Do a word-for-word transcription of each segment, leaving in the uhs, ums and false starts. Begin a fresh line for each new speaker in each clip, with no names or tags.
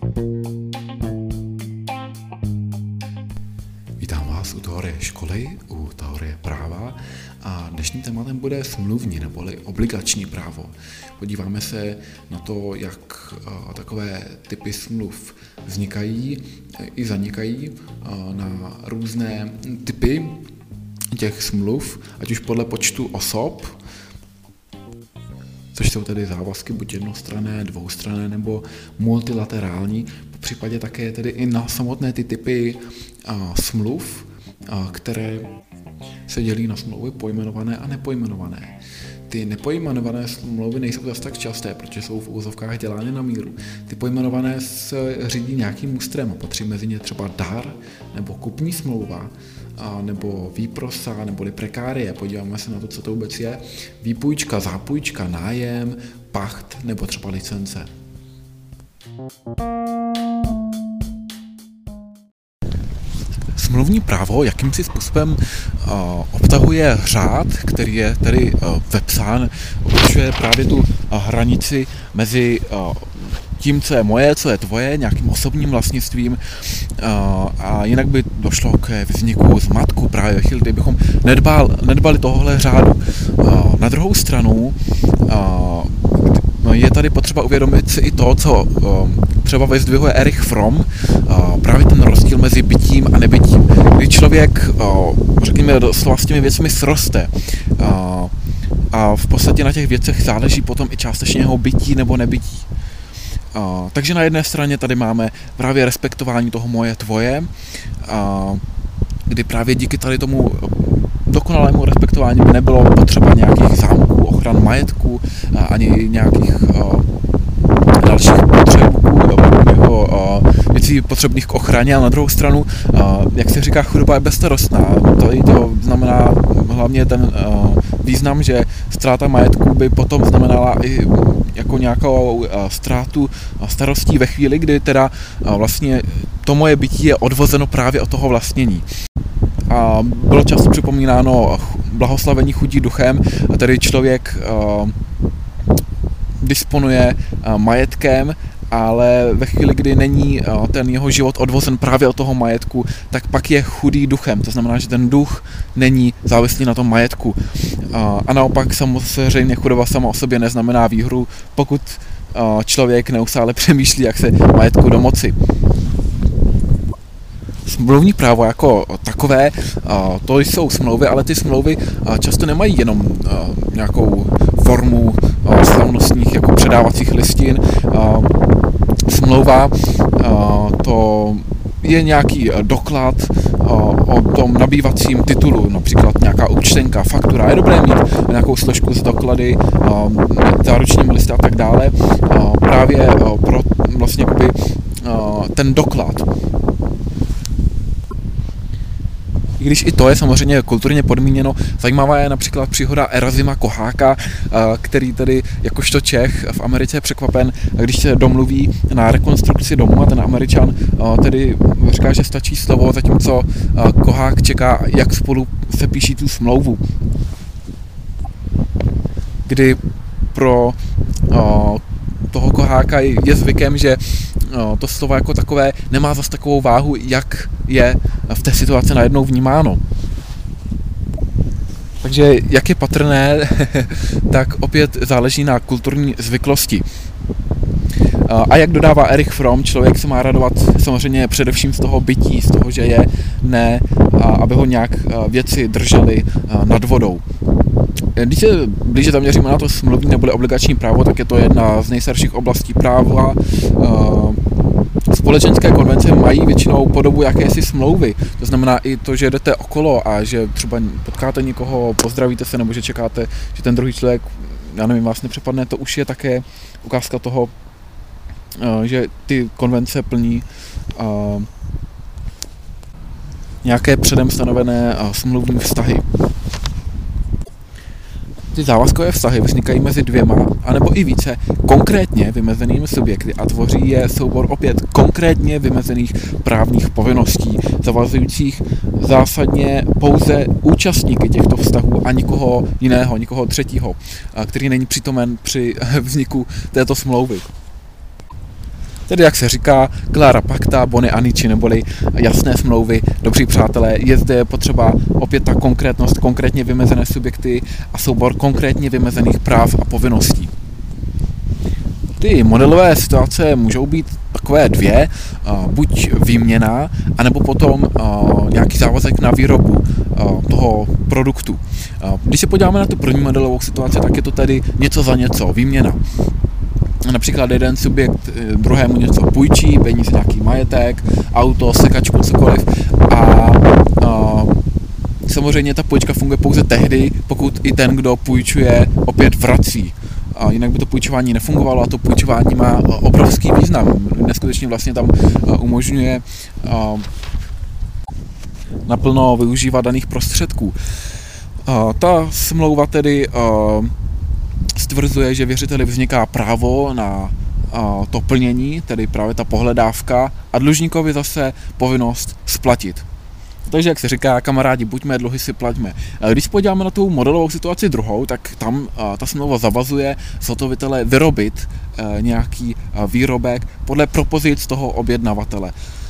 Vítám vás u teorie školy, u teorie práva a dnešním tématem bude smluvní neboli obligační právo. Podíváme se na to, jak takové typy smluv vznikají i zanikají, na různé typy těch smluv, ať už podle počtu osob, což jsou tedy závazky buď jednostranné, dvoustranné nebo multilaterální, po případě také tedy i na samotné ty typy a, smluv, a, které se dělí na smlouvy pojmenované a nepojmenované. Ty nepojmenované smlouvy nejsou zase tak časté, protože jsou v úzovkách dělány na míru. Ty pojmenované se řídí nějakým ústrem a patří mezi ně třeba dar nebo kupní smlouva, a nebo výprosa, neboli prekárie. Podíváme se na to, co to vůbec je. Výpůjčka, zápůjčka, nájem, pacht nebo třeba licence. Smluvní právo jakýmsi způsobem uh, obsahuje řád, který je tedy uh, vepsán, určuje právě tu uh, hranici mezi uh, tím, co je moje, co je tvoje, nějakým osobním vlastnictvím uh, a jinak by došlo k vzniku zmatku právě ve chvíli, kdybychom nedbal, nedbali tohohle řádu. Uh, na druhou stranu uh, je tady potřeba uvědomit si i to, co uh, třeba vyzdvihuje Erich Fromm, uh, právě ten rozdíl mezi bytím a nebytím. Kdy člověk, uh, řekněme, doslova s těmi věcmi sroste uh, a v podstatě na těch věcech záleží potom i částečně jeho bytí nebo nebytí. Uh, takže na jedné straně tady máme právě respektování toho moje, tvoje, uh, kdy právě díky tady tomu dokonalému respektování by nebylo potřeba nějakých zámků, ochran majetku, uh, ani nějakých uh, dalších potřebů, jako uh, věcí potřebných k ochraně, a na druhou stranu, uh, jak se říká, chudoba je bezstarostná. To, to znamená hlavně ten uh, význam, že ztráta majetku by potom znamenala i jako nějakou uh, ztrátu uh, starostí ve chvíli, kdy teda uh, vlastně to moje bytí je odvozeno právě od toho vlastnění. A bylo často připomínáno blahoslavení chudí duchem, a tedy člověk uh, disponuje uh, majetkem, ale ve chvíli, kdy není uh, ten jeho život odvozen právě od toho majetku, tak pak je chudý duchem. To znamená, že ten duch není závislý na tom majetku. Uh, a naopak samozřejmě chudoba sama o sobě neznamená výhru, pokud uh, člověk neustále přemýšlí, jak se majetku domoci. Smluvní právo jako takové, to jsou smlouvy, ale ty smlouvy často nemají jenom nějakou formu slavnostních jako předávacích listin. Smlouva to je nějaký doklad o tom nabývacím titulu, například nějaká účtenka, faktura. Je dobré mít nějakou složku z doklady, záruční listy a tak dále, právě pro vlastně jakoby ten doklad. I když i to je samozřejmě kulturně podmíněno, zajímavá je například příhoda Erazima Koháka, který tedy jakožto Čech v Americe je překvapen, když se domluví na rekonstrukci domu, a ten Američan tedy říká, že stačí slovo, zatímco Kohák čeká, jak spolu se píší tu smlouvu. Kdy pro toho Koháka je zvykem, že to slovo jako takové nemá zas takovou váhu, jak je v té situaci najednou vnímáno. Takže jak je patrné, tak opět záleží na kulturní zvyklosti. A jak dodává Erich Fromm, člověk se má radovat samozřejmě především z toho bytí, z toho, že je, ne, aby ho nějak věci držely nad vodou. Když se blíže zaměříme na to smluvní neboli obligační právo, tak je to jedna z nejstarších oblastí práva. Společenské konvence mají většinou podobu jakési smlouvy. To znamená i to, že jdete okolo a že třeba potkáte někoho, pozdravíte se, nebo že čekáte, že ten druhý člověk, já nevím, vás nepřepadne, to už je také ukázka toho, že ty konvence plní nějaké předem stanovené smluvní vztahy. Ty závazkové vztahy vznikají mezi dvěma, anebo i více konkrétně vymezenými subjekty a tvoří je soubor opět konkrétně vymezených právních povinností, zavazujících zásadně pouze účastníky těchto vztahů a nikoho jiného, nikoho třetího, který není přítomen při vzniku této smlouvy. Tedy, jak se říká, clara pacta, boni amici, neboli jasné smlouvy, dobří přátelé, je zde potřeba opět ta konkrétnost, konkrétně vymezené subjekty a soubor konkrétně vymezených práv a povinností. Ty modelové situace můžou být takové dvě, buď výměna, anebo potom nějaký závazek na výrobu toho produktu. Když se podíváme na tu první modelovou situaci, tak je to tedy něco za něco, výměna. Například jeden subjekt druhému něco půjčí, peníze, nějaký majetek, auto, sekačku, cokoliv a, a samozřejmě ta půjčka funguje pouze tehdy, pokud i ten, kdo půjčuje, opět vrací. A jinak by to půjčování nefungovalo a to půjčování má obrovský význam. Neskutečně vlastně tam umožňuje naplno využívat daných prostředků. Ta smlouva tedy stvrzuje, že věřiteli vzniká právo na to plnění, tedy právě ta pohledávka, a dlužníkovi zase povinnost splatit. Takže, jak se říká, kamarádi, buďme, dluhy si plaťme. Když se podíváme na tu modelovou situaci druhou, tak tam ta smlouva zavazuje zhotovitele vyrobit nějaký výrobek podle propozic toho objednavatele.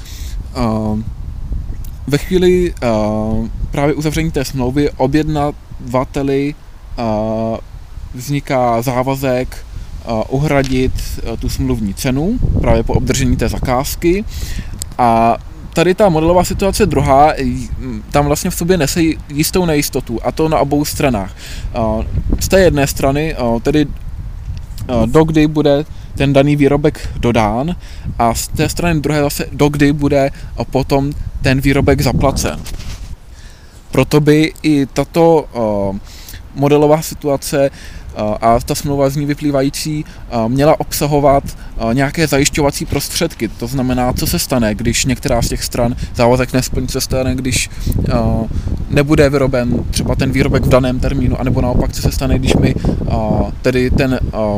Ve chvíli právě uzavření té smlouvy objednavateli vzniká závazek uhradit tu smluvní cenu právě po obdržení té zakázky, a tady ta modelová situace druhá, tam vlastně v sobě nese jistou nejistotu, a to na obou stranách. Z té jedné strany, tedy dokdy bude ten daný výrobek dodán, a z té strany druhé zase dokdy bude potom ten výrobek zaplacen. Proto by i tato modelová situace a ta smlouva z ní vyplývající měla obsahovat nějaké zajišťovací prostředky. To znamená, co se stane, když některá z těch stran závazek nesplní, co se stane, když nebude vyroben třeba ten výrobek v daném termínu, anebo naopak, co se stane, když mi tedy ten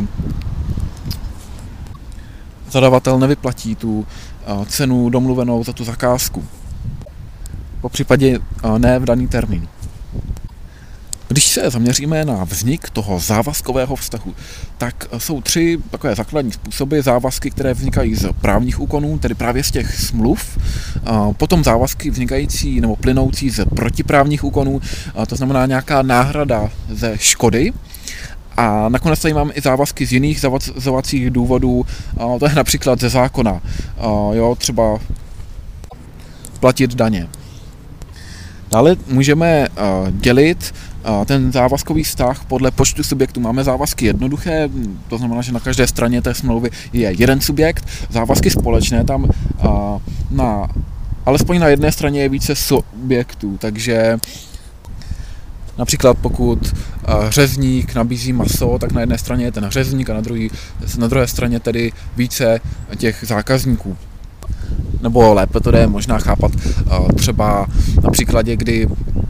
zadavatel nevyplatí tu cenu domluvenou za tu zakázku. Po případě ne v daný termín. Když se zaměříme na vznik toho závazkového vztahu, tak jsou tři takové základní způsoby: závazky, které vznikají z právních úkonů, tedy právě z těch smluv, potom závazky vznikající nebo plynoucí z protiprávních úkonů, to znamená nějaká náhrada ze škody, a nakonec tady máme i závazky z jiných zavazovacích důvodů, to je například ze zákona, jo, třeba platit daně. Dále můžeme dělit ten závazkový vztah podle počtu subjektů. Máme závazky jednoduché, to znamená, že na každé straně té smlouvy je jeden subjekt. Závazky společné, tam na, alespoň na jedné straně je více subjektů, takže například pokud řezník nabízí maso, tak na jedné straně je ten řezník a na, druhý, na druhé straně tedy více těch zákazníků. Nebo lépe to jde možná chápat třeba na příkladě, kdy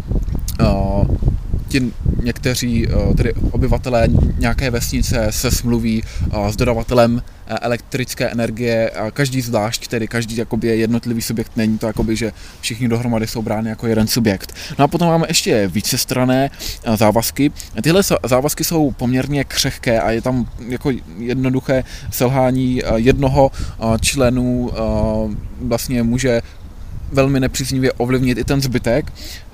ti někteří tedy obyvatelé nějaké vesnice se smluví s dodavatelem elektrické energie, každý zvlášť, tedy každý jakoby je jednotlivý subjekt, není to jakoby, že všichni dohromady jsou brány jako jeden subjekt. No a potom máme ještě vícestranné závazky. Tyhle závazky jsou poměrně křehké a je tam jako jednoduché selhání jednoho členu vlastně může velmi nepříznivě ovlivnit i ten zbytek.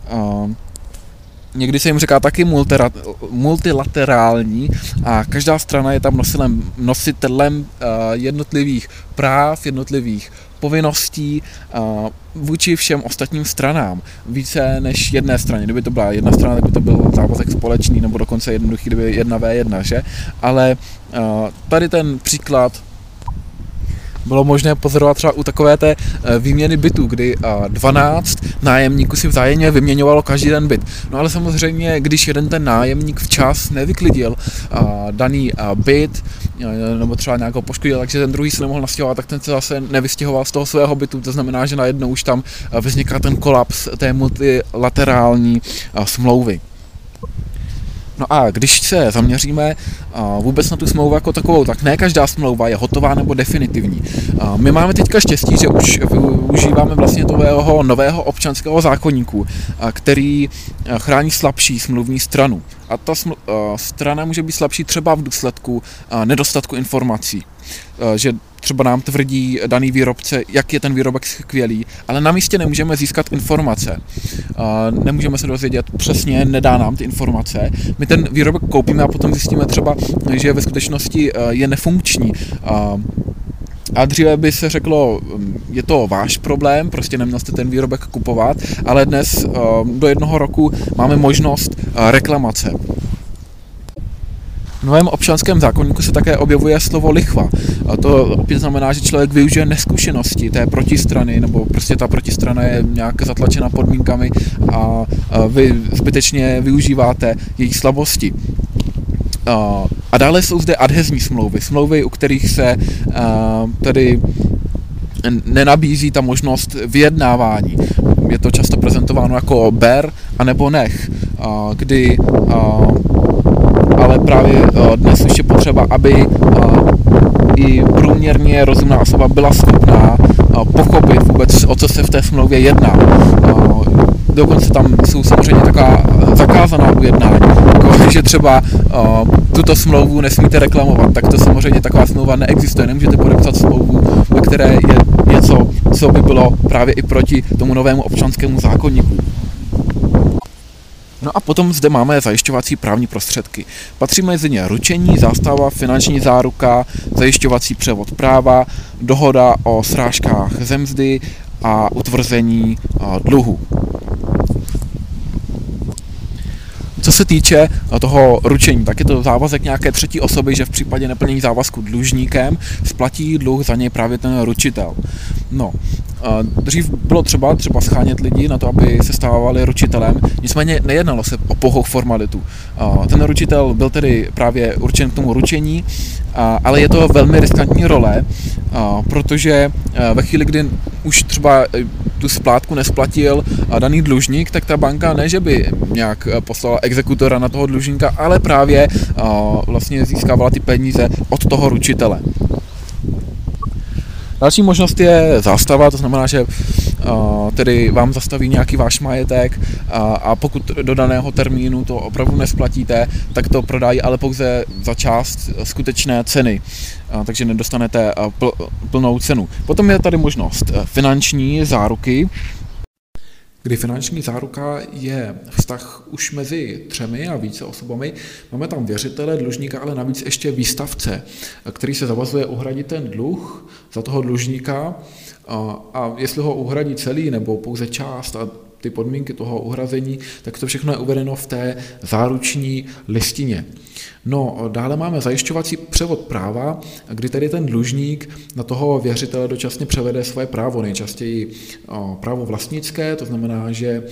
Někdy se jim říká taky multilaterální a každá strana je tam nositelem, nositelem jednotlivých práv, jednotlivých povinností vůči všem ostatním stranám. Více než jedné straně. Kdyby to byla jedna strana, tak by to byl závazek společný, nebo dokonce jednoduchý, kdyby jedna vé jedna, že? Ale tady ten příklad bylo možné pozorovat třeba u takové té výměny bytů, kdy dvanáct nájemníků si vzájemně vyměňovalo každý den byt. No ale samozřejmě, když jeden ten nájemník včas nevyklidil daný byt, nebo třeba nějakou poškodil, takže ten druhý se nemohl nastěhovat, tak ten se zase nevystěhoval z toho svého bytu. To znamená, že najednou už tam vzniká ten kolaps té multilaterální smlouvy. No a když se zaměříme vůbec na tu smlouvu jako takovou, tak ne každá smlouva je hotová nebo definitivní. My máme teďka štěstí, že už využíváme vlastně toho nového občanského zákoníku, který chrání slabší smluvní stranu. A ta strana může být slabší třeba v důsledku nedostatku informací. Že třeba nám tvrdí daný výrobce, jak je ten výrobek skvělý, ale na místě nemůžeme získat informace. Nemůžeme se dozvědět přesně, nedá nám ty informace. My ten výrobek koupíme a potom zjistíme třeba, že ve skutečnosti je nefunkční. A dříve by se řeklo, je to váš problém, prostě neměl jste ten výrobek kupovat, ale dnes do jednoho roku máme možnost reklamace. V novém občanském zákoníku se také objevuje slovo lichva. A to opět znamená, že člověk využije neskušenosti té protistrany, nebo prostě ta protistrana je nějak zatlačena podmínkami a vy zbytečně využíváte její slabosti. A dále jsou zde adhezní smlouvy, smlouvy, u kterých se tedy nenabízí ta možnost vyjednávání. Je to často prezentováno jako ber anebo nech, kdy ale právě dnes už je potřeba, aby i průměrně rozumná osoba byla schopná pochopit vůbec, o co se v té smlouvě jedná. Dokonce tam jsou samozřejmě taková zakázaná ujednání, jako, že třeba uh, tuto smlouvu nesmíte reklamovat, tak to samozřejmě taková smlouva neexistuje. Nemůžete podepsat smlouvu, ve které je něco, co by bylo právě i proti tomu novému občanskému zákoníku. No a potom zde máme zajišťovací právní prostředky. Patří mezi ně ručení, zástava, finanční záruka, zajišťovací převod práva, dohoda o srážkách ze mzdy a utvrzení uh, dluhu. Co se týče toho ručení, tak je to závazek nějaké třetí osoby, že v případě neplnění závazku dlužníkem splatí dluh za něj právě ten ručitel. No, dřív bylo třeba třeba schánět lidi na to, aby se stávali ručitelem, nicméně nejednalo se o pouhou formalitu. Ten ručitel byl tedy právě určen k tomu ručení, ale je to velmi riskantní role, protože ve chvíli, kdy už třeba tu splátku nesplatil daný dlužník, tak ta banka ne, že by nějak poslala exekutora na toho dlužníka, ale právě vlastně získávala ty peníze od toho ručitele. Další možnost je zástava, to znamená, že tedy vám zastaví nějaký váš majetek a pokud do daného termínu to opravdu nesplatíte, tak to prodají, ale pouze za část skutečné ceny, takže nedostanete plnou cenu. Potom je tady možnost finanční záruky, kdy finanční záruka je vztah už mezi třemi a více osobami. Máme tam věřitele, dlužníka, ale navíc ještě výstavce, který se zavazuje uhradit ten dluh za toho dlužníka a jestli ho uhradí celý nebo pouze část a ty podmínky toho uhrazení, tak to všechno je uvedeno v té záruční listině. No, dále máme zajišťovací převod práva, kdy tedy ten dlužník na toho věřitele dočasně převede své právo, nejčastěji právo vlastnické, to znamená, že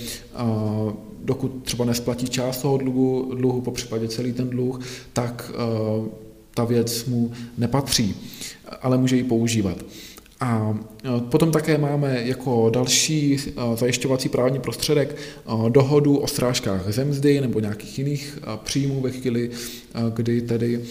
dokud třeba nesplatí část toho dluhu, dluhu po případě celý ten dluh, tak ta věc mu nepatří, ale může ji používat. A potom také máme jako další zajišťovací právní prostředek dohodu o srážkách ze mzdy nebo nějakých jiných příjmů ve chvíli, kdy tedy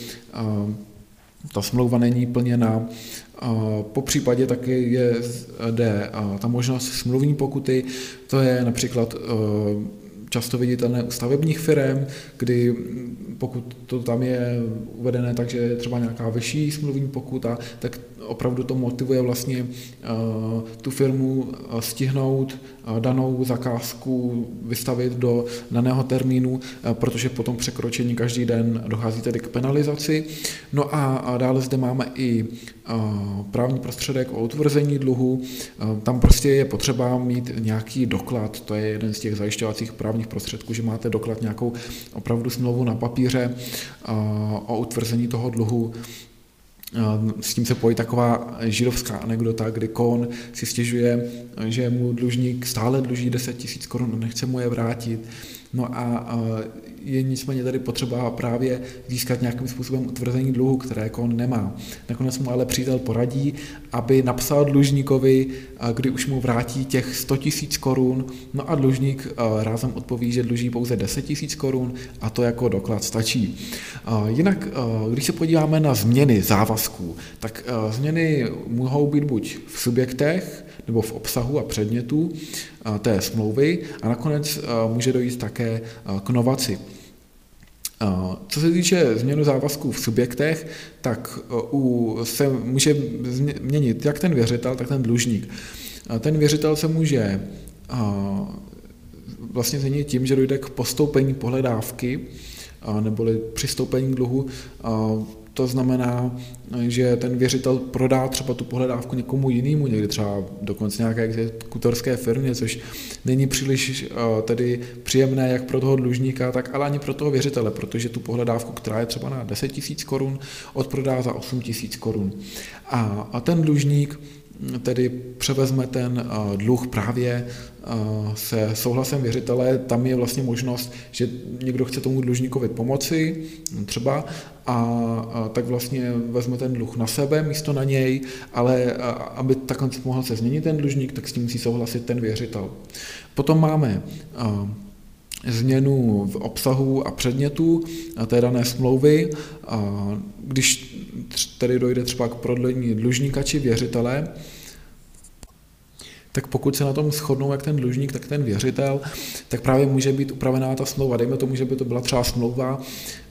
ta smlouva není plněna. Po případě taky je zde ta možnost smluvní pokuty, to je například často viditelné u stavebních firem, kdy pokud to tam je uvedené tak, že je třeba nějaká vyšší smluvní pokuta, tak opravdu to motivuje vlastně uh, tu firmu stihnout uh, danou zakázku vystavit do daného termínu, uh, protože po tom překročení každý den dochází tedy k penalizaci. No a, a dále zde máme i uh, právní prostředek o utvrzení dluhu. Uh, tam prostě je potřeba mít nějaký doklad, to je jeden z těch zajišťovacích právních prostředků, že máte doklad, nějakou opravdu smlouvu na papíře uh, o utvrzení toho dluhu. S tím se pojí taková židovská anekdota, kdy Kohn si stěžuje, že mu dlužník stále dluží deset tisíc korun a nechce mu je vrátit. No a je nicméně tady potřeba právě získat nějakým způsobem utvrzení dluhu, které Kohn nemá. Nakonec mu ale přítel poradí, aby napsal dlužníkovi, kdy už mu vrátí těch sto tisíc korun, no a dlužník rázem odpoví, že dluží pouze deset tisíc korun a to jako doklad stačí. Jinak, když se podíváme na změny závazků, tak změny mohou být buď v subjektech, nebo v obsahu a předmětu té smlouvy a nakonec může dojít také k novaci. Co se týče změnu závazků v subjektech, tak u, se může změnit jak ten věřitel, tak ten dlužník. Ten věřitel se může vlastně změnit tím, že dojde k postoupení pohledávky neboli přistoupení k dluhu. To znamená, že ten věřitel prodá třeba tu pohledávku někomu jinému, někdy třeba dokonce nějaké exekutorské firmě, což není příliš tedy příjemné jak pro toho dlužníka, tak ale ani pro toho věřitele, protože tu pohledávku, která je třeba na deset tisíc korun, odprodá za osm tisíc korun. A, a ten dlužník tedy převezme ten dluh právě se souhlasem věřitele. Tam je vlastně možnost, že někdo chce tomu dlužníkovi pomoci třeba a tak vlastně vezme ten dluh na sebe místo na něj, ale aby takhle mohl se změnit ten dlužník, tak s tím musí souhlasit ten věřitel. Potom máme změnu v obsahu a předmětu té dané smlouvy. Když tedy dojde třeba k prodlení dlužníka či věřitele, tak pokud se na tom shodnou jak ten dlužník, tak ten věřitel, tak právě může být upravená ta smlouva. Dejme tomu, že by to byla třeba smlouva,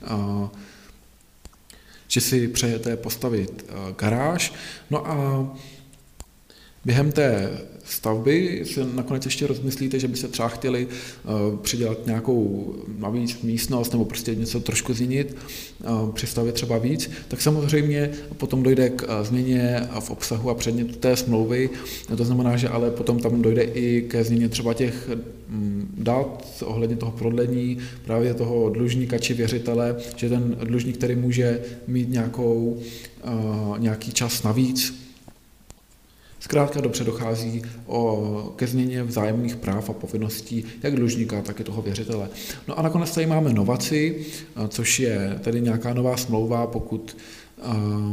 že si přejete postavit garáž, no a během té stavby se nakonec ještě rozmyslíte, že by se třeba chtěli uh, přidělat nějakou navíc místnost nebo prostě něco trošku změnit, uh, přistavit třeba víc, tak samozřejmě potom dojde k uh, změně v obsahu a předmětu té smlouvy. To znamená, že ale potom tam dojde i ke změně třeba těch um, dat ohledně toho prodlení právě toho dlužníka či věřitele, že ten dlužník, který může mít nějakou, uh, nějaký čas navíc. Zkrátka dobře dochází o, ke změně vzájemných práv a povinností jak dlužníka, tak i toho věřitele. No a nakonec tady máme novaci, což je tedy nějaká nová smlouva, pokud uh,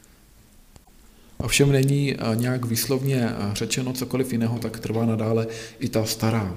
ovšem není uh, nějak výslovně řečeno cokoliv jiného, tak trvá nadále i ta stará.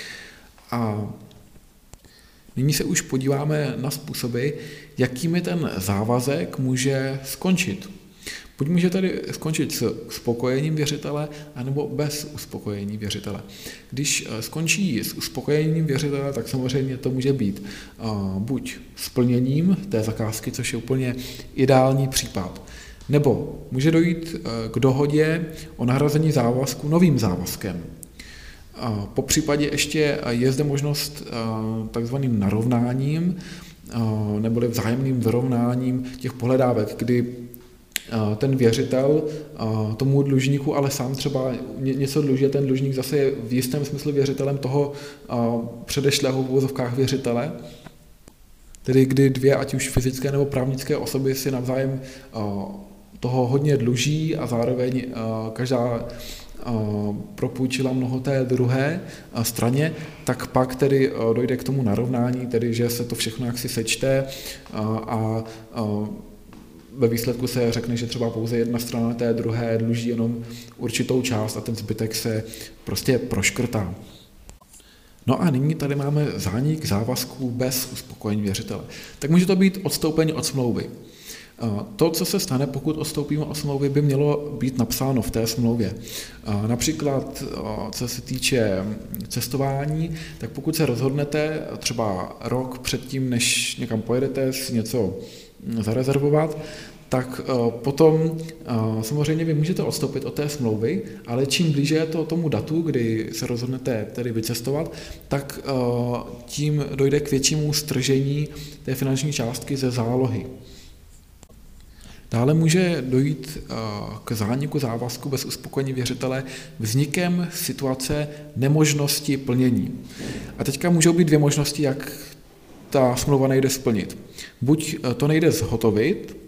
A nyní se už podíváme na způsoby, jakými ten závazek může skončit. Buď může tady skončit s uspokojením věřitele, anebo bez uspokojení věřitele. Když skončí s uspokojením věřitele, tak samozřejmě to může být uh, buď splněním té zakázky, což je úplně ideální případ, nebo může dojít uh, k dohodě o nahrazení závazku novým závazkem. Uh, po případě ještě je zde možnost uh, takzvaným narovnáním, uh, neboli vzájemným vyrovnáním těch pohledávek, kdy ten věřitel tomu dlužníku, ale sám třeba něco dluží, ten dlužník zase je v jistém smyslu věřitelem toho předešlého v uvozovkách věřitele, tedy kdy dvě, ať už fyzické nebo právnické osoby si navzájem toho hodně dluží a zároveň každá propůjčila mnoho té druhé straně, tak pak tedy dojde k tomu narovnání, tedy že se to všechno jaksi sečte a, a ve výsledku se řekne, že třeba pouze jedna strana té druhé dluží jenom určitou část a ten zbytek se prostě proškrtá. No a nyní tady máme zánik závazků bez uspokojení věřitele. Tak může to být odstoupení od smlouvy. To, co se stane, pokud odstoupíme od smlouvy, by mělo být napsáno v té smlouvě. Například, co se týče cestování, tak pokud se rozhodnete třeba rok předtím, než někam pojedete, si něco zarezervovat, tak potom samozřejmě vy můžete odstoupit od té smlouvy, ale čím blíže je to tomu datu, kdy se rozhodnete tedy vycestovat, tak tím dojde k většímu stržení té finanční částky ze zálohy. Dále může dojít k zániku závazku bez uspokojení věřitele vznikem situace nemožnosti plnění. A teďka můžou být dvě možnosti, jak ta smlouva nejde splnit. Buď to nejde zhotovit,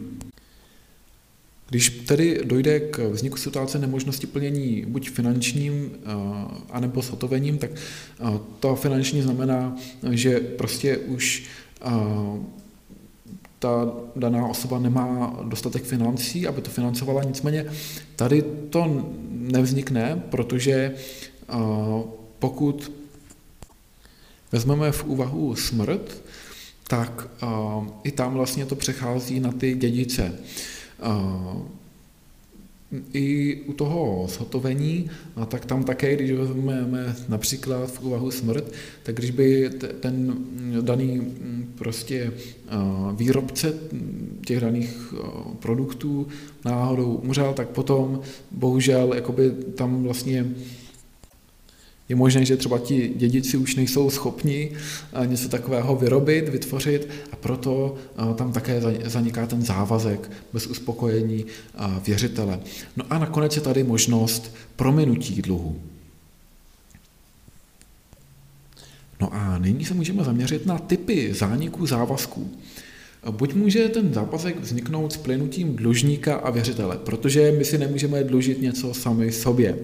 když tedy dojde k vzniku situace nemožnosti plnění buď finančním, anebo zhotovením, tak to finanční znamená, že prostě už ta daná osoba nemá dostatek financí, aby to financovala, nicméně tady to nevznikne, protože pokud vezmeme v úvahu smrt, tak i tam vlastně to přechází na ty dědice. I u toho zhotovení, a tak tam také, když vezmeme například v úvahu smrt, tak když by ten daný prostě výrobce těch daných produktů náhodou umřel, tak potom bohužel jakoby tam vlastně je možné, že třeba ti dědici už nejsou schopni něco takového vyrobit, vytvořit a proto tam také zaniká ten závazek bez uspokojení věřitele. No a nakonec je tady možnost prominutí dluhu. No a nyní se můžeme zaměřit na typy zániku závazků. Buď může ten závazek vzniknout s plynutím dlužníka a věřitele, protože my si nemůžeme dlužit něco sami sobě.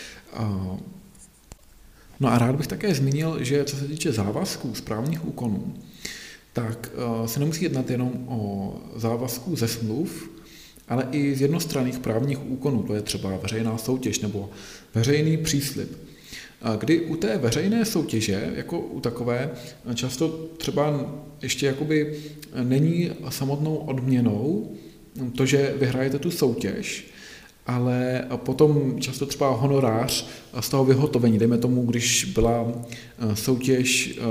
No a rád bych také zmínil, že co se týče závazků správních úkonů, tak se nemusí jednat jenom o závazků ze smluv, ale i z jednostranných právních úkonů, to je třeba veřejná soutěž nebo veřejný příslib. Kdy u té veřejné soutěže, jako u takové, často třeba ještě jakoby není samotnou odměnou to, že vyhrajete tu soutěž, ale potom často třeba honorář z toho vyhotovení, dejme tomu, když byla soutěž,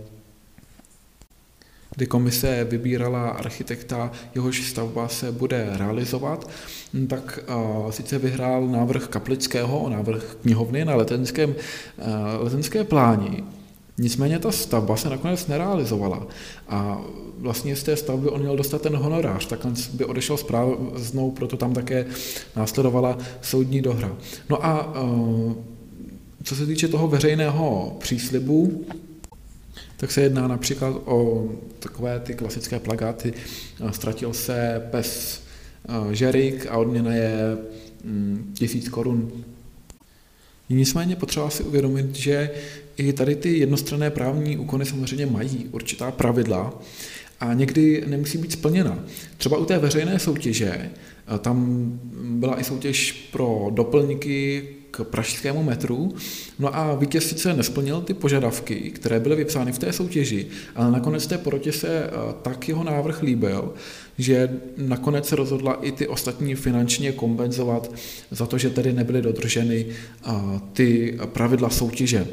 kdy komise vybírala architekta, jehož stavba se bude realizovat, tak sice vyhrál návrh Kaplického, návrh knihovny na letenském, letenské pláni, nicméně ta stavba se nakonec nerealizovala a vlastně z té stavby on měl dostat ten honorář, tak by odešel s prázdnou, proto tam také následovala soudní dohra. No a co se týče toho veřejného příslibu, tak se jedná například o takové ty klasické plakáty, ztratil se pes žerik a odměna je tisíc korun. Nicméně potřeba si uvědomit, že i tady ty jednostranné právní úkony samozřejmě mají určitá pravidla a někdy nemusí být splněna. Třeba u té veřejné soutěže, tam byla i soutěž pro doplňky k pražskému metru, no a vítěz sice nesplnil ty požadavky, které byly vypsány v té soutěži, ale nakonec té porotě se tak jeho návrh líbil, že nakonec se rozhodla i ty ostatní finančně kompenzovat za to, že tedy nebyly dodrženy ty pravidla soutěže.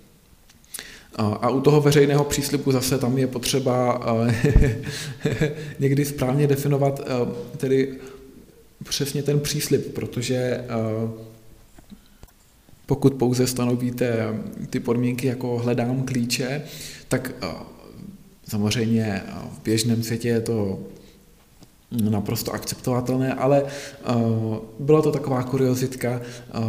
A u toho veřejného příslibu zase tam je potřeba někdy správně definovat tedy přesně ten příslib, protože pokud pouze stanovíte ty podmínky jako hledám klíče, tak samozřejmě v běžném světě je to naprosto akceptovatelné, ale byla to taková kuriozitka,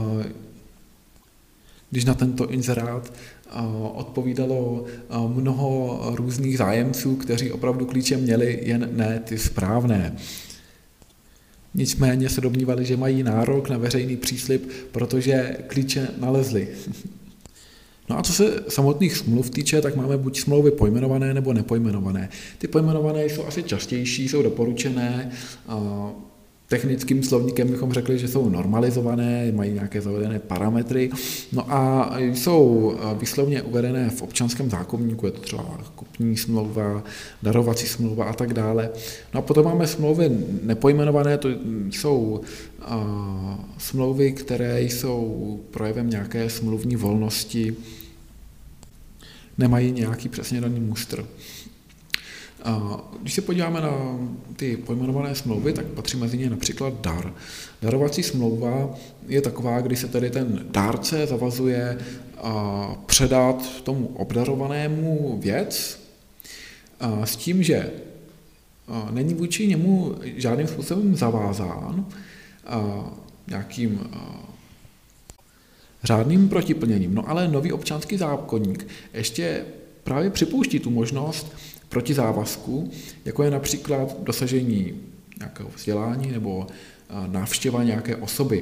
když na tento inzerát odpovídalo mnoho různých zájemců, kteří opravdu klíče měli, jen ne ty správné. Nicméně se domnívali, že mají nárok na veřejný příslib, protože klíče nalezli. No a co se samotných smluv týče, tak máme buď smlouvy pojmenované nebo nepojmenované. Ty pojmenované jsou asi častější, jsou doporučené. Technickým slovníkem bychom řekli, že jsou normalizované, mají nějaké zavedené parametry, no a jsou výslovně uvedené v občanském zákoníku, je to třeba kupní smlouva, darovací smlouva a tak dále. No a potom máme smlouvy nepojmenované, to jsou a, smlouvy, které jsou projevem nějaké smluvní volnosti, nemají nějaký přesně daný mustr. Když se podíváme na ty pojmenované smlouvy, tak patří mezi ně například dar. Darovací smlouva je taková, kdy se tedy ten dárce zavazuje předat tomu obdarovanému věc s tím, že není vůči němu žádným způsobem zavázán nějakým řádným protiplněním. No ale nový občanský zákoník ještě právě připouští tu možnost proti závazku, jako je například dosažení nějakého vzdělání nebo návštěva nějaké osoby.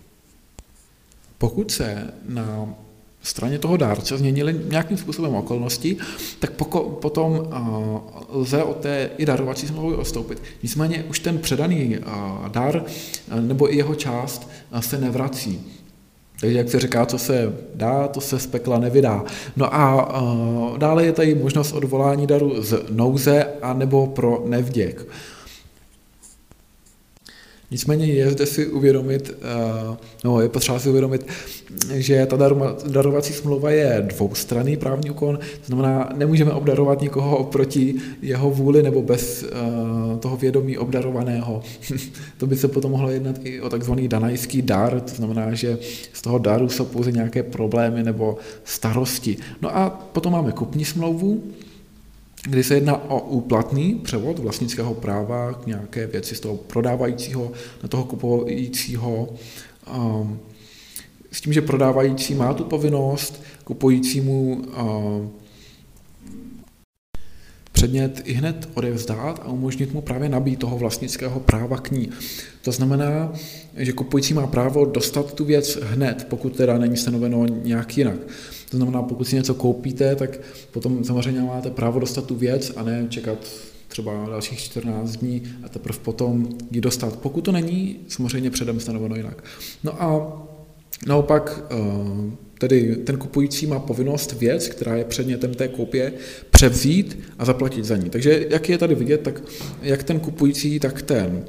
Pokud se na straně toho dárce změnily nějakým způsobem okolnosti, tak poko- potom lze od té i darovací smlouvy odstoupit. Nicméně už ten předaný dar nebo i jeho část se nevrací. Takže jak se říká, co se dá, to se z pekla nevydá. No a uh, dále je tady možnost odvolání daru z nouze a nebo pro nevděk. Nicméně je zde si uvědomit, no je potřeba si uvědomit, že ta darovací smlouva je dvoustranný právní úkon, to znamená, nemůžeme obdarovat nikoho proti jeho vůli nebo bez toho vědomí obdarovaného. To by se potom mohlo jednat i o takzvaný danajský dar, to znamená, že z toho daru jsou pouze nějaké problémy nebo starosti. No a potom máme kupní smlouvu, kdy se jedná o úplatný převod vlastnického práva k nějaké věci z toho prodávajícího na toho kupujícího, s tím, že prodávající má tu povinnost kupujícímu předmět i hned odevzdát a umožnit mu právě nabýt toho vlastnického práva k ní. To znamená, že kupující má právo dostat tu věc hned, pokud teda není stanoveno nějak jinak. To znamená, pokud si něco koupíte, tak potom samozřejmě máte právo dostat tu věc a ne čekat třeba dalších čtrnáct dní a teprve potom ji dostat. Pokud to není, samozřejmě předem stanoveno jinak. No a naopak tedy ten kupující má povinnost věc, která je předmětem té koupě, převzít a zaplatit za ní. Takže jak je tady vidět, tak jak ten kupující, tak ten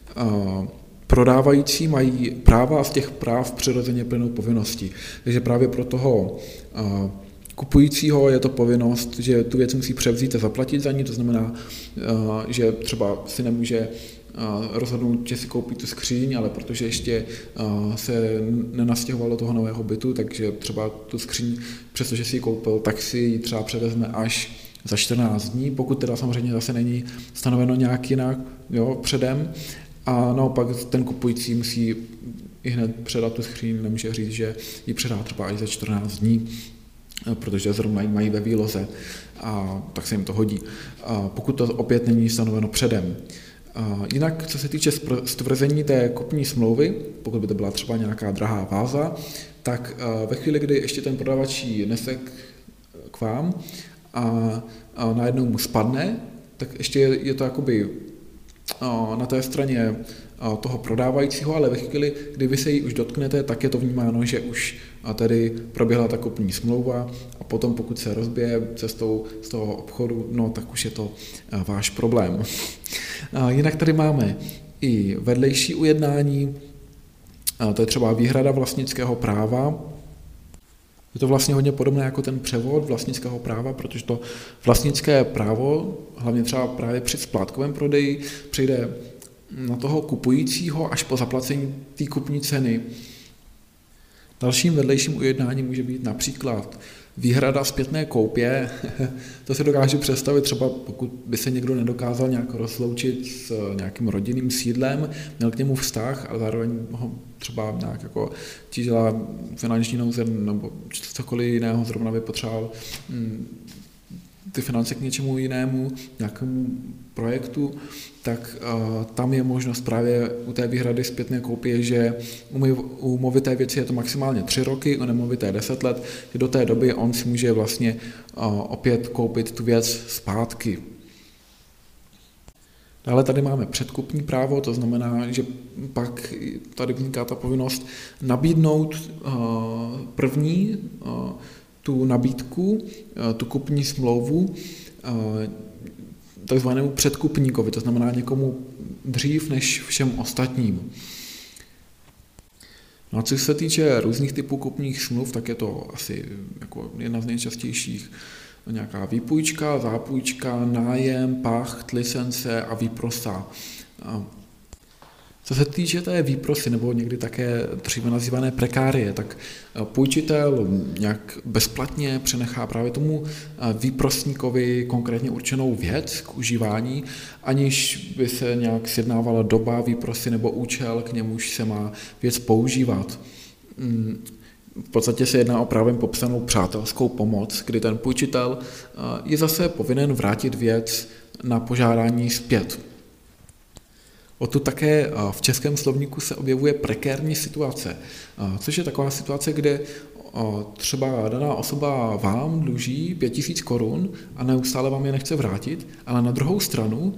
prodávající mají práva a z těch práv přirozeně plynou povinnosti. Takže právě pro toho kupujícího je to povinnost, že tu věc musí převzít a zaplatit za ní, to znamená, že třeba si nemůže rozhodnout, že si koupí tu skříň, ale protože ještě se nenastěhovalo do toho nového bytu, takže třeba tu skříň, přestože si ji koupil, tak si ji třeba převezme až za čtrnáct dní, pokud teda samozřejmě zase není stanoveno nějak jinak, jo, předem. A naopak ten kupující musí i hned předat tu skříň, nemůže říct, že ji předá třeba až za čtrnáct dní, protože zrovna ji mají ve výloze, a tak se jim to hodí. A pokud to opět není stanoveno předem. A jinak, co se týče stvrzení té kupní smlouvy, pokud by to byla třeba nějaká drahá váza, tak ve chvíli, kdy ještě ten prodavač ji nese k vám a, a najednou mu spadne, tak ještě je, je to jakoby na té straně toho prodávajícího, ale ve chvíli, kdy vy se jí už dotknete, tak je to vnímáno, že už tedy proběhla ta kupní smlouva a potom, pokud se rozbije cestou z toho obchodu, no tak už je to váš problém. Jinak tady máme i vedlejší ujednání, to je třeba výhrada vlastnického práva. Je to vlastně hodně podobné jako ten převod vlastnického práva, protože to vlastnické právo, hlavně třeba právě při splátkovém prodeji, přijde na toho kupujícího až po zaplacení té kupní ceny. Dalším vedlejším ujednáním může být například výhrada zpětné koupě. To si dokážu představit třeba, pokud by se někdo nedokázal nějak rozloučit s nějakým rodinným sídlem, měl k němu vztah, ale zároveň ho třeba nějak jako tížila finanční nouze nebo cokoliv jiného, zrovna by potřeboval ty finance k něčemu jinému, nějakému projektu, tak uh, tam je možnost právě u té výhrady zpětné koupě, že u movité věci je to maximálně tři roky, u nemovité deset let, že do té doby on si může vlastně uh, opět koupit tu věc zpátky. Dále tady máme předkupní právo, to znamená, že pak tady vzniká ta povinnost nabídnout uh, první uh, tu nabídku, tu kupní smlouvu takzvanému předkupníkovi, to znamená někomu dřív než všem ostatním. No a co se týče různých typů kupních smluv, tak je to asi jako jedna z nejčastějších nějaká výpůjčka, zápůjčka, nájem, pacht, licence a výprosa. Co se týče té výprosy, nebo někdy také dříve nazývané prekárie, tak půjčitel nějak bezplatně přenechá právě tomu výprosníkovi konkrétně určenou věc k užívání, aniž by se nějak sjednávala doba výprosy nebo účel, k němuž se má věc používat. V podstatě se jedná o právem popsanou přátelskou pomoc, kdy ten půjčitel je zase povinen vrátit věc na požádání zpět. Odtud také v českém slovníku se objevuje prekérní situace, což je taková situace, kde třeba daná osoba vám dluží pět tisíc korun a neustále vám je nechce vrátit, ale na druhou stranu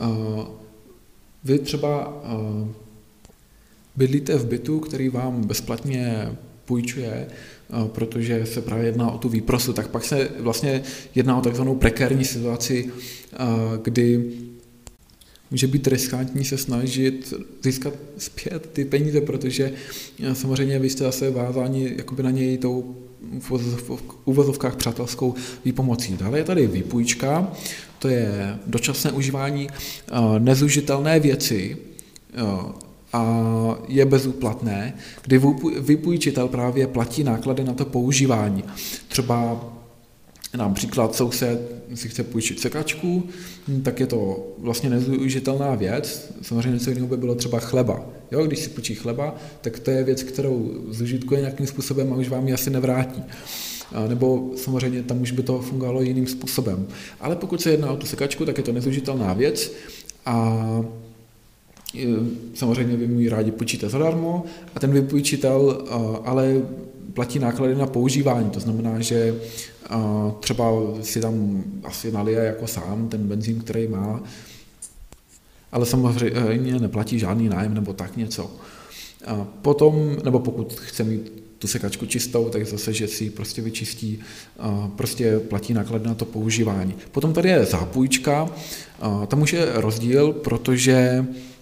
vy třeba bydlíte v bytu, který vám bezplatně půjčuje, protože se právě jedná o tu výprosu, tak pak se vlastně jedná o takzvanou prekérní situaci, kdy může být riskantní se snažit získat zpět ty peníze, protože samozřejmě vy jste zase vázáni jakoby na něj tou v uvozovkách přátelskou výpomocí. Dále je tady výpůjčka, to je dočasné užívání nezužitelné věci a je bezúplatné, kdy vypůjčitel právě platí náklady na to používání. Třeba například soused si chce půjčit sekačku, tak je to vlastně nezužitelná věc. Samozřejmě něco jiného by bylo třeba chleba. Jo, když si půjčí chleba, tak to je věc, kterou zužitkuje nějakým způsobem a už vám ji asi nevrátí. A nebo samozřejmě tam už by to fungovalo jiným způsobem. Ale pokud se jedná o tu sekačku, tak je to nezužitelná věc a samozřejmě vy mu ji rádi půjčíte zadarmo a ten vypůjčitel ale platí náklady na používání. To znamená, že třeba si tam asi nalije jako sám ten benzín, který má, ale samozřejmě neplatí žádný nájem nebo tak něco. A potom, nebo pokud chce mít tu sekačku čistou, tak zase, že si ji prostě vyčistí, prostě platí náklady na to používání. Potom tady je zápůjčka, tam už je rozdíl, protože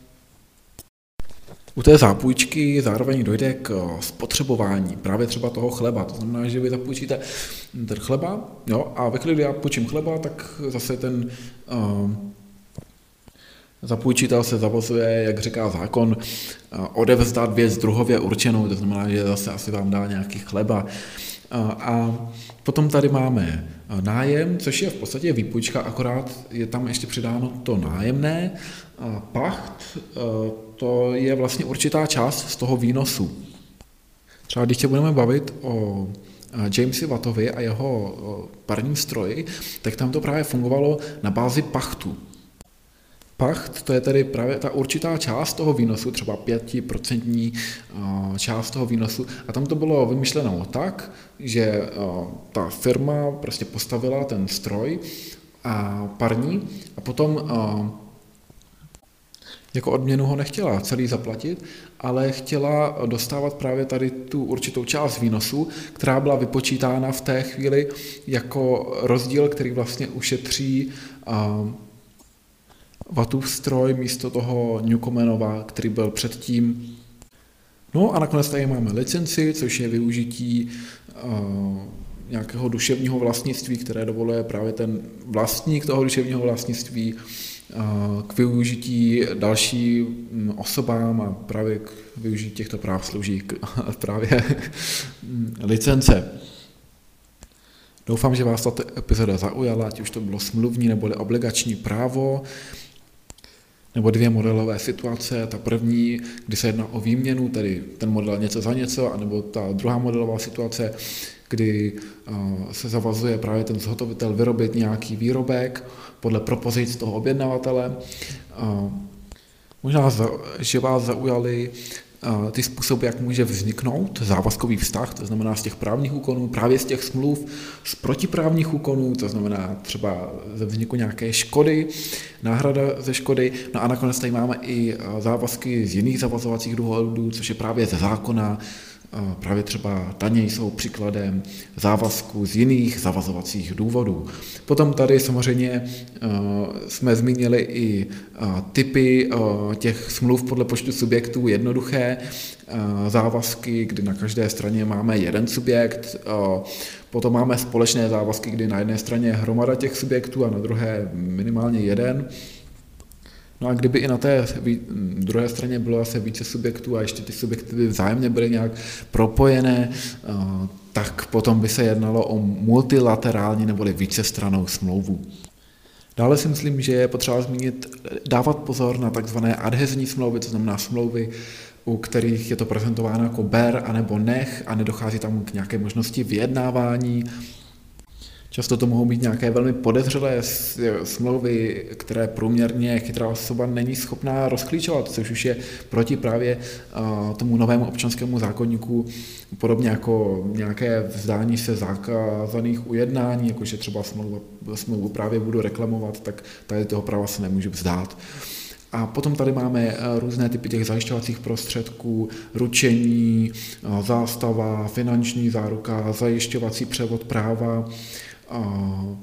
u té zápůjčky zároveň dojde k spotřebování právě třeba toho chleba. To znamená, že vy zapůjčíte ten chleba, jo, a ve chvíli, kdy já půjčím chleba, tak zase ten uh, zapůjčitel se zavazuje, jak říká zákon, uh, odevzdat věc druhově určenou, to znamená, že zase asi vám dá nějaký chleba. Uh, a potom tady máme nájem, což je v podstatě výpůjčka, akorát je tam ještě přidáno to nájemné. A pacht, to je vlastně určitá část z toho výnosu. Třeba když se budeme bavit o Jamesi Wattovi a jeho parním stroji, tak tam to právě fungovalo na bázi pachtu. Pacht, to je tedy právě ta určitá část toho výnosu, třeba pětiprocentní část toho výnosu. A tam to bylo vymyšleno tak, že ta firma prostě postavila ten stroj a parní a potom jako odměnu ho nechtěla celý zaplatit, ale chtěla dostávat právě tady tu určitou část výnosu, která byla vypočítána v té chvíli jako rozdíl, který vlastně ušetří Wattův stroj místo toho Newcomenova, který byl předtím. No a nakonec tady máme licenci, což je využití uh, nějakého duševního vlastnictví, které dovoluje právě ten vlastník toho duševního vlastnictví uh, k využití dalším osobám a právě k využití těchto práv slouží k, právě licence. Doufám, že vás tato epizoda zaujala, ať už to bylo smluvní nebo obligační právo, nebo dvě modelové situace. Ta první, kdy se jedná o výměnu, tedy ten model něco za něco, anebo ta druhá modelová situace, kdy se zavazuje právě ten zhotovitel vyrobit nějaký výrobek podle propozic toho objednavatele. Možná, že vás zaujaly ty způsoby, jak může vzniknout závazkový vztah, to znamená z těch právních úkonů, právě z těch smluv, z protiprávních úkonů, to znamená třeba ze vzniku nějaké škody, náhrada ze škody, no a nakonec tady máme i závazky z jiných zavazovacích důvodů, což je právě ze zákona, právě třeba daně jsou příkladem závazků z jiných zavazovacích důvodů. Potom tady samozřejmě jsme zmínili i typy těch smluv podle počtu subjektů, jednoduché závazky, kdy na každé straně máme jeden subjekt, potom máme společné závazky, kdy na jedné straně je hromada těch subjektů a na druhé minimálně jeden. No a kdyby i na té druhé straně bylo asi více subjektů a ještě ty subjekty by vzájemně byly nějak propojené, tak potom by se jednalo o multilaterální neboli vícestrannou smlouvu. Dále si myslím, že je potřeba zmínit, dávat pozor na takzvané adhezní smlouvy, to znamená smlouvy, u kterých je to prezentováno jako ber anebo nech a nedochází tam k nějaké možnosti vyjednávání. Často to mohou být nějaké velmi podezřelé smlouvy, které průměrně chytrá osoba není schopná rozklíčovat, což už je proti právě tomu novému občanskému zákoníku, podobně jako nějaké vzdání se zakázaných ujednání, jakože třeba smlouvu, smlouvu právě budu reklamovat, tak tady toho práva se nemůžu vzdát. A potom tady máme různé typy těch zajišťovacích prostředků, ručení, zástava, finanční záruka, zajišťovací převod práva,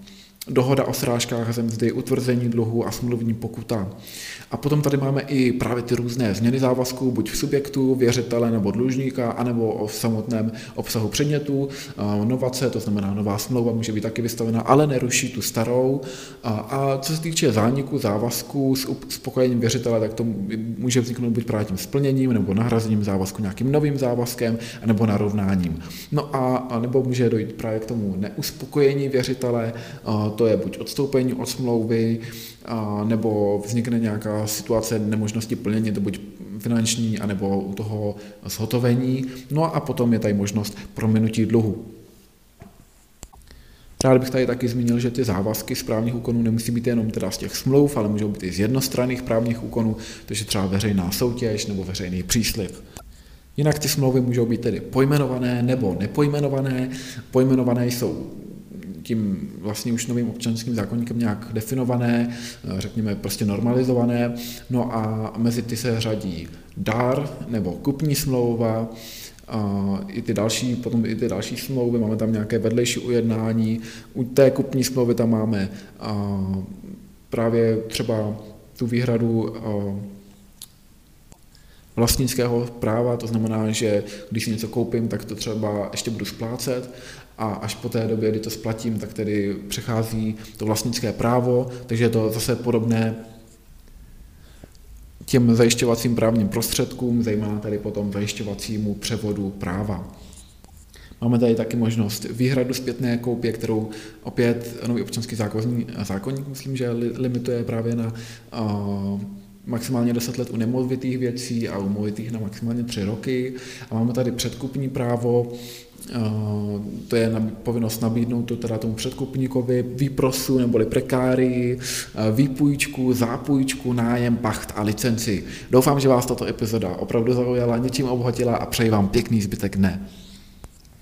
dohoda o srážkách ze mzdy, utvrzení dluhu a smluvní pokuta. A potom tady máme i právě ty různé změny závazků, buď v subjektu, věřitele nebo dlužníka, anebo v samotném obsahu předmětu. Novace, to znamená nová smlouva, může být taky vystavena, ale neruší tu starou. A co se týče zániku závazků s uspokojením věřitele, tak to může vzniknout buď právě tím splněním, nebo nahrazením závazku nějakým novým závazkem, nebo narovnáním. No a nebo může dojít právě k tomu neuspokojení věřitele, to je buď odstoupení od smlouvy, nebo vznikne nějaká situace nemožnosti plnění, to buď finanční, anebo u toho zhotovení. No a potom je tady možnost prominutí dluhu. Rád bych tady taky zmínil, že ty závazky z právních úkonů nemusí být jenom teda z těch smlouv, ale můžou být i z jednostranných právních úkonů, takže třeba veřejná soutěž nebo veřejný příslib. Jinak ty smlouvy můžou být tedy pojmenované nebo nepojmenované. Pojmenované jsou tím vlastně už novým občanským zákoníkem nějak definované, řekněme prostě normalizované, no a mezi ty se řadí dar nebo kupní smlouva, a i ty další, potom i ty další smlouvy, máme tam nějaké vedlejší ujednání, u té kupní smlouvy tam máme a, právě třeba tu výhradu a, vlastnického práva, to znamená, že když si něco koupím, tak to třeba ještě budu splácet a až po té době, kdy to splatím, tak tedy přechází to vlastnické právo, takže je to zase podobné těm zajišťovacím právním prostředkům, zejména tady potom zajišťovacímu převodu práva. Máme tady taky možnost výhradu zpětné koupě, kterou opět nový občanský zákoník, myslím, že limituje právě na uh, maximálně deset let u nemovitých věcí a u movitých na maximálně tři roky. A máme tady předkupní právo, to je povinnost nabídnout to teda tomu předkupníkovi výprosu neboli prekárii, výpůjčku, zápůjčku, nájem, pacht a licenci. Doufám, že vás tato epizoda opravdu zaujala, něčím obohatila a přeji vám pěkný zbytek dne.